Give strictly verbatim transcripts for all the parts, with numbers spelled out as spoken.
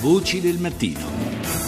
Voci del mattino.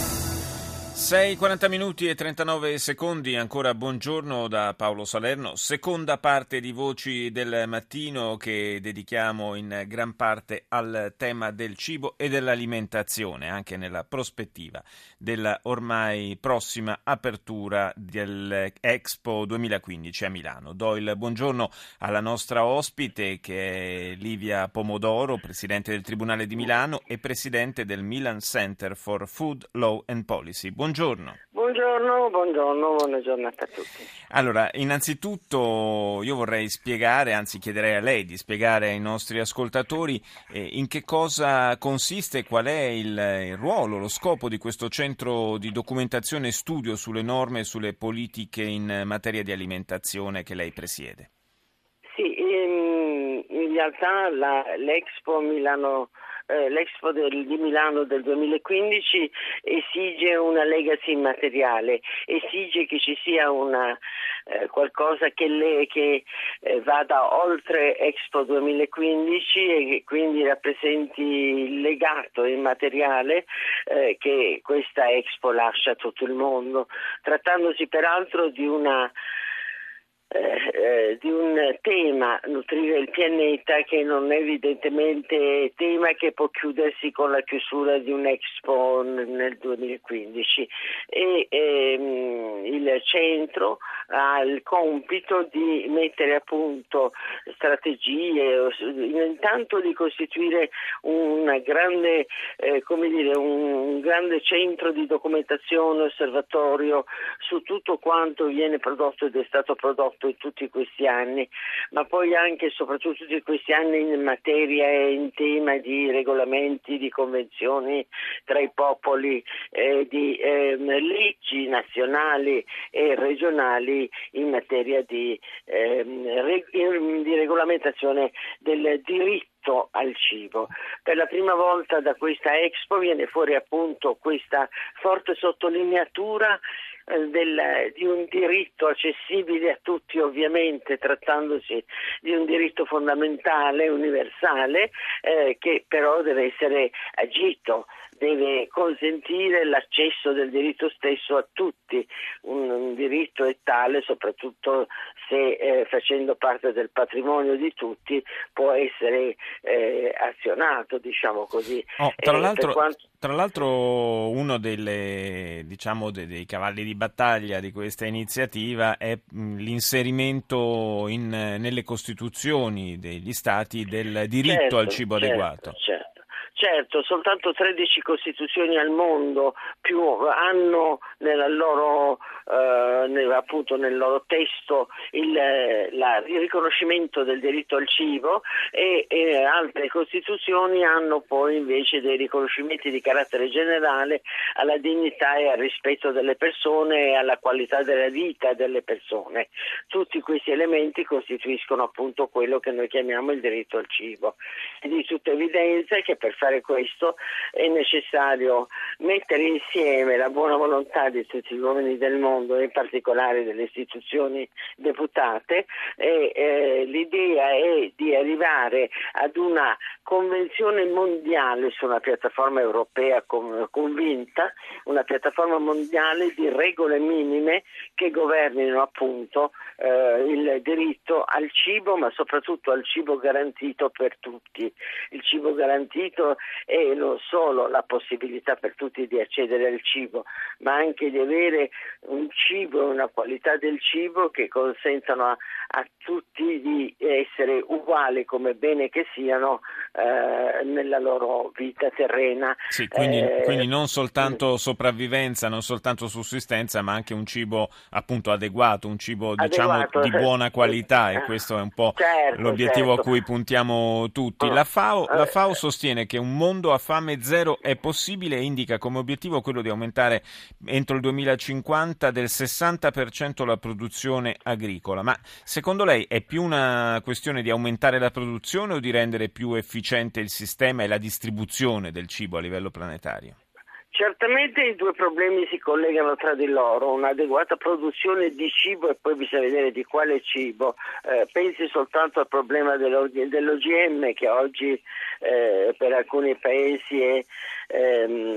sei, quaranta minuti e trentanove secondi, ancora buongiorno da Paolo Salerno. Seconda parte di Voci del Mattino che dedichiamo in gran parte al tema del cibo e dell'alimentazione, anche nella prospettiva della ormai prossima apertura dell'Expo duemilaquindici a Milano. Do il buongiorno alla nostra ospite che è Livia Pomodoro, presidente del Tribunale di Milano e presidente del Milan Center for Food Law and Policy. Buongiorno. Buongiorno, buongiorno, buona giornata a tutti. Allora, innanzitutto io vorrei spiegare, anzi chiederei a lei di spiegare ai nostri ascoltatori eh, in che cosa consiste, qual è il, il ruolo, lo scopo di questo centro di documentazione e studio sulle norme e sulle politiche in materia di alimentazione che lei presiede. Sì, in, in realtà la, l'Expo Milano Eh, l'Expo del, di Milano del duemilaquindici esige una legacy immateriale, esige che ci sia una eh, qualcosa che, le, che eh, vada oltre Expo duemilaquindici e che quindi rappresenti il legato immateriale eh, che questa Expo lascia a tutto il mondo, trattandosi peraltro di una Eh, eh, di un tema, nutrire il pianeta, che non è evidentemente tema che può chiudersi con la chiusura di un'Expo nel duemilaquindici e ehm, il centro ha il compito di mettere a punto strategie, intanto di costituire un grande, eh, come dire, un grande centro di documentazione, osservatorio su tutto quanto viene prodotto ed è stato prodotto in tutti questi anni, ma poi anche e soprattutto tutti questi anni in materia e in tema di regolamenti, di convenzioni tra i popoli, eh, di eh, leggi nazionali e regionali in materia di, eh, reg- di regolamentazione del diritto al cibo. Per la prima volta da questa Expo viene fuori appunto questa forte sottolineatura Del, di un diritto accessibile a tutti, ovviamente trattandosi di un diritto fondamentale, universale, eh, che però deve essere agito, deve consentire l'accesso del diritto stesso a tutti. Un, un diritto è tale soprattutto se eh, facendo parte del patrimonio di tutti può essere eh, azionato, diciamo così. Oh, tra, eh, l'altro, quanto... tra l'altro uno delle, diciamo, dei, dei cavalli di battaglia di questa iniziativa è mh, l'inserimento in, nelle costituzioni degli stati del diritto certo, al cibo certo, adeguato. Certo. Certo, soltanto tredici costituzioni al mondo più hanno nella loro, eh, nel, appunto nel loro testo il, la, il riconoscimento del diritto al cibo e, e altre costituzioni hanno poi invece dei riconoscimenti di carattere generale alla dignità e al rispetto delle persone e alla qualità della vita delle persone. Tutti questi elementi costituiscono appunto quello che noi chiamiamo il diritto al cibo. È di tutta evidenza che per fare questo è necessario mettere insieme la buona volontà di tutti gli uomini del mondo, in particolare delle istituzioni deputate, e eh, l'idea è di arrivare ad una convenzione mondiale su una piattaforma europea convinta, una piattaforma mondiale di regole minime che governino appunto eh, il diritto al cibo, ma soprattutto al cibo garantito per tutti. Il cibo garantito è non solo la possibilità per tutti di accedere al cibo, ma anche di avere un cibo e una qualità del cibo che consentano a, a tutti di essere uguali come bene che siano eh, nella loro vita terrena. Sì, quindi, eh, quindi non soltanto sopravvivenza, non soltanto sussistenza, ma anche un cibo appunto adeguato, un cibo diciamo adeguato, di buona qualità, e eh, questo è un po' certo, l'obiettivo certo. a cui puntiamo tutti. La FAO, la FAO sostiene che un mondo a fame zero è possibile e indica come obiettivo quello di aumentare entro il duemilacinquanta del sessanta per cento la produzione agricola. Ma secondo lei è più una questione di aumentare la produzione o di rendere più efficiente il sistema e la distribuzione del cibo a livello planetario? Certamente i due problemi si collegano tra di loro, un'adeguata produzione di cibo e poi bisogna vedere di quale cibo. Eh, pensi soltanto al problema dell'O G M che oggi eh, per alcuni paesi è ehm,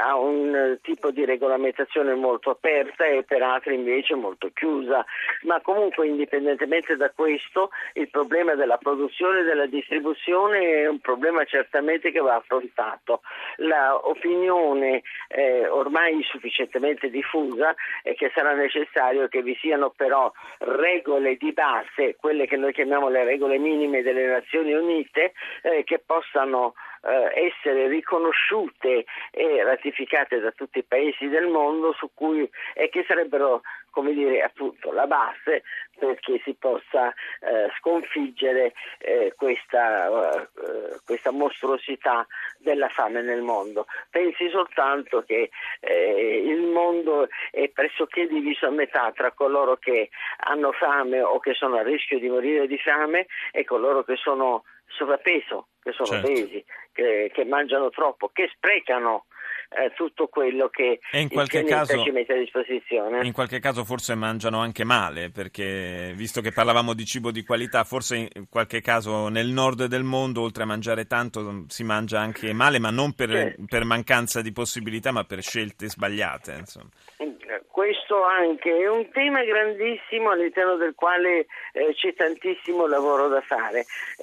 ha un tipo di regolamentazione molto aperta e per altri invece molto chiusa, ma comunque indipendentemente da questo il problema della produzione e della distribuzione è un problema certamente che va affrontato. La opinione eh, ormai sufficientemente diffusa è che sarà necessario che vi siano però regole di base, quelle che noi chiamiamo le regole minime delle Nazioni Unite, eh, che possano eh, essere riconosciute e ratificate da tutti i paesi del mondo, su cui e che sarebbero, come dire, appunto la base perché si possa eh, sconfiggere eh, questa, eh, questa mostruosità della fame nel mondo. Pensi soltanto che eh, il mondo è pressoché diviso a metà tra coloro che hanno fame o che sono a rischio di morire di fame e coloro che sono sovrappeso, che sono certo. obesi, che, che mangiano troppo, che sprecano Eh, tutto quello che e in il qualche pianeta caso, ci mette a disposizione. in qualche caso forse mangiano anche male, perché visto che parlavamo di cibo di qualità, forse in qualche caso nel nord del mondo oltre a mangiare tanto si mangia anche male, ma non per, Certo. per mancanza di possibilità, ma per scelte sbagliate, insomma. Questo anche è un tema grandissimo all'interno del quale eh, c'è tantissimo lavoro da fare.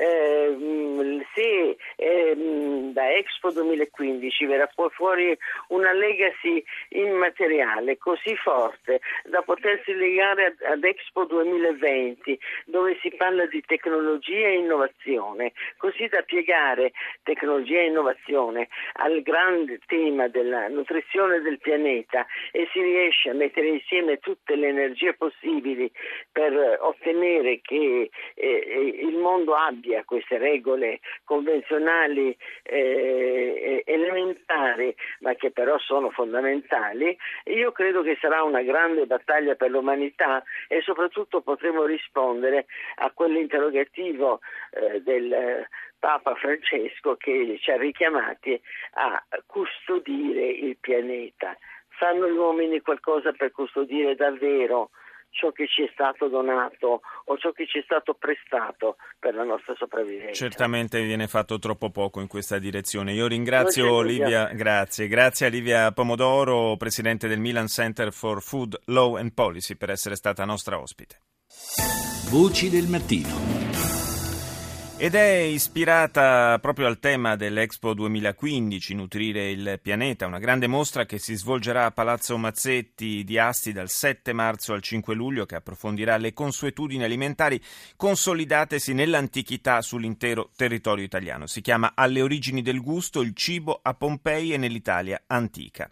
Eh, se eh, da Expo duemilaquindici verrà fuori una legacy immateriale così forte da potersi legare ad, ad Expo duemilaventi, dove si parla di tecnologia e innovazione, così da piegare tecnologia e innovazione al grande tema della nutrizione del pianeta e si riesce a mettere insieme tutte le energie possibili per ottenere che eh, il mondo abbia queste regole convenzionali eh, elementari, ma che però sono fondamentali, io credo che sarà una grande battaglia per l'umanità e soprattutto potremo rispondere a quell'interrogativo eh, del Papa Francesco che ci ha richiamati a custodire il pianeta. Fanno gli uomini qualcosa per custodire davvero ciò che ci è stato donato o ciò che ci è stato prestato per la nostra sopravvivenza? Certamente viene fatto troppo poco in questa direzione. Io ringrazio Livia, grazie, grazie a Livia Pomodoro, presidente del Milan Center for Food, Law and Policy, per essere stata nostra ospite. Voci del mattino. Ed è ispirata proprio al tema dell'Expo duemilaquindici, Nutrire il pianeta, una grande mostra che si svolgerà a Palazzo Mazzetti di Asti dal sette marzo al cinque luglio, che approfondirà le consuetudini alimentari consolidatesi nell'antichità sull'intero territorio italiano. Si chiama Alle origini del gusto, il cibo a Pompei e nell'Italia antica.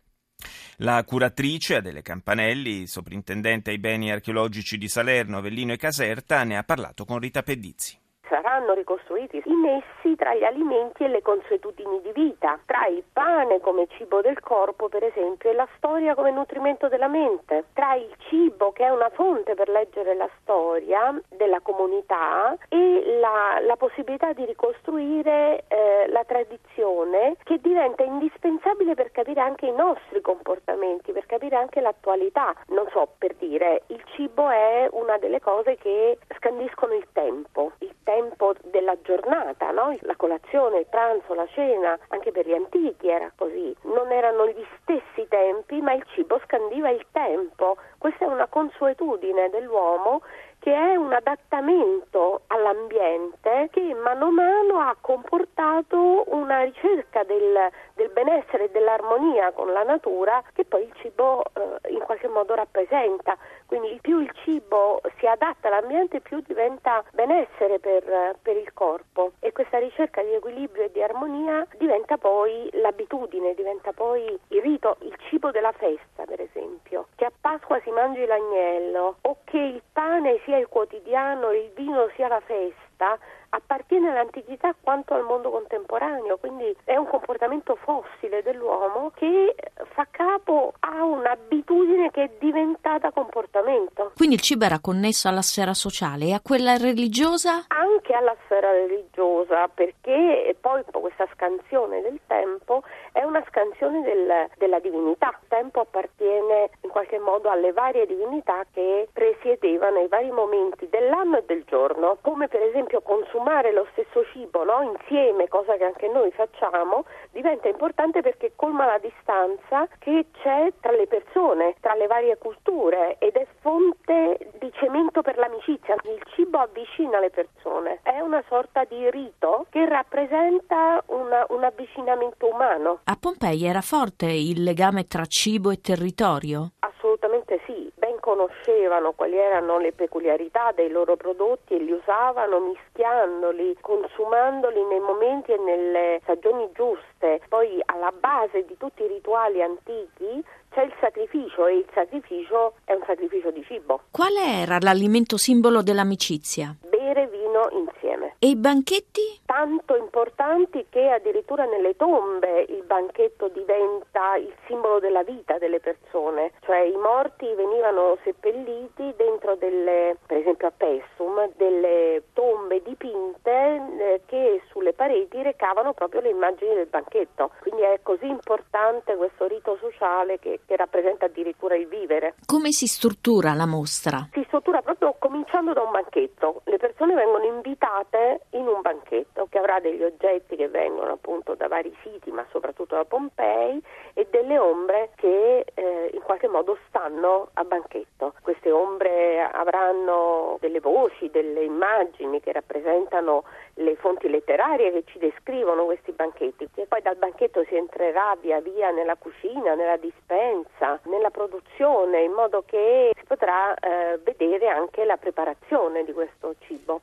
La curatrice Adele Campanelli, sovrintendente ai beni archeologici di Salerno, Avellino e Caserta, ne ha parlato con Rita Pedizzi. Saranno ricostruiti i nessi tra gli alimenti e le consuetudini di vita, tra il pane come cibo del corpo, per esempio, e la storia come nutrimento della mente, tra il cibo che è una fonte per leggere la storia della comunità e la, la possibilità di ricostruire eh, la tradizione, che diventa indispensabile per capire anche i nostri comportamenti, per capire anche l'attualità. Non so, per dire, il cibo è una delle cose che scandiscono il tempo, il tempo della giornata, no? La colazione, il pranzo, la cena, anche per gli antichi era così. Non erano gli stessi tempi, ma il cibo scandiva il tempo. Questa è una consuetudine dell'uomo che è un adattamento all'ambiente che mano a mano ha comportato una ricerca del, del benessere e dell'armonia con la natura che poi il cibo eh, in qualche modo rappresenta. Quindi più il cibo si adatta all'ambiente, più diventa benessere per, per il corpo, e questa ricerca di equilibrio e di armonia diventa poi l'abitudine, diventa poi il rito, il cibo della festa, per esempio, che a Pasqua si mangi l'agnello o che il pane sia il quotidiano e il vino sia la festa, appartiene all'antichità quanto al mondo contemporaneo, quindi è un comportamento fossile dell'uomo che fa capo a un'abitudine che è diventata comportamento. Quindi il cibo era connesso alla sfera sociale e a quella religiosa? Anche alla sfera religiosa, perché poi questa scansione del tempo è una scansione del, della divinità. Il tempo appartiene in qualche modo alle varie divinità che presiedevano i vari momenti dell'anno e del giorno, come per esempio consumare lo stesso cibo, no? Insieme, cosa che anche noi facciamo, diventa importante perché colma la distanza che c'è tra le persone, tra le varie culture, ed è fonte di cemento per l'amicizia. Il cibo avvicina le persone, è una sorta di rito che rappresenta una, un avvicinamento umano. A Pompei era forte il legame tra cibo e territorio? Assolutamente sì, ben conoscevano quali erano le peculiarità dei loro prodotti e li usavano mischiandoli, consumandoli nei momenti e nelle stagioni giuste. Poi alla base di tutti i rituali antichi c'è il sacrificio, e il sacrificio è un sacrificio di cibo. Quale era l'alimento simbolo dell'amicizia? Bere vino insieme. E i banchetti? Tanto importanti che addirittura nelle tombe il banchetto diventa il simbolo della vita delle persone, cioè i morti venivano seppelliti dentro delle, per esempio a Pessum, delle tombe dipinte eh, che sulle pareti recavano proprio le immagini del banchetto. Quindi è così importante questo rito sociale che, che rappresenta addirittura il vivere. Come si struttura la mostra? Si struttura proprio cominciando da un banchetto. Le persone vengono invitate in un banchetto che avrà degli oggetti che vengono appunto da vari siti, ma soprattutto da Pompei, e delle ombre che eh, in qualche modo stanno a banchetto. Queste ombre avranno delle voci, delle immagini che rappresentano le fonti letterarie che ci descrivono questi banchetti, e poi dal banchetto si entrerà via via nella cucina, nella dispensa, nella produzione, in modo che si potrà eh, vedere anche la preparazione di questo cibo.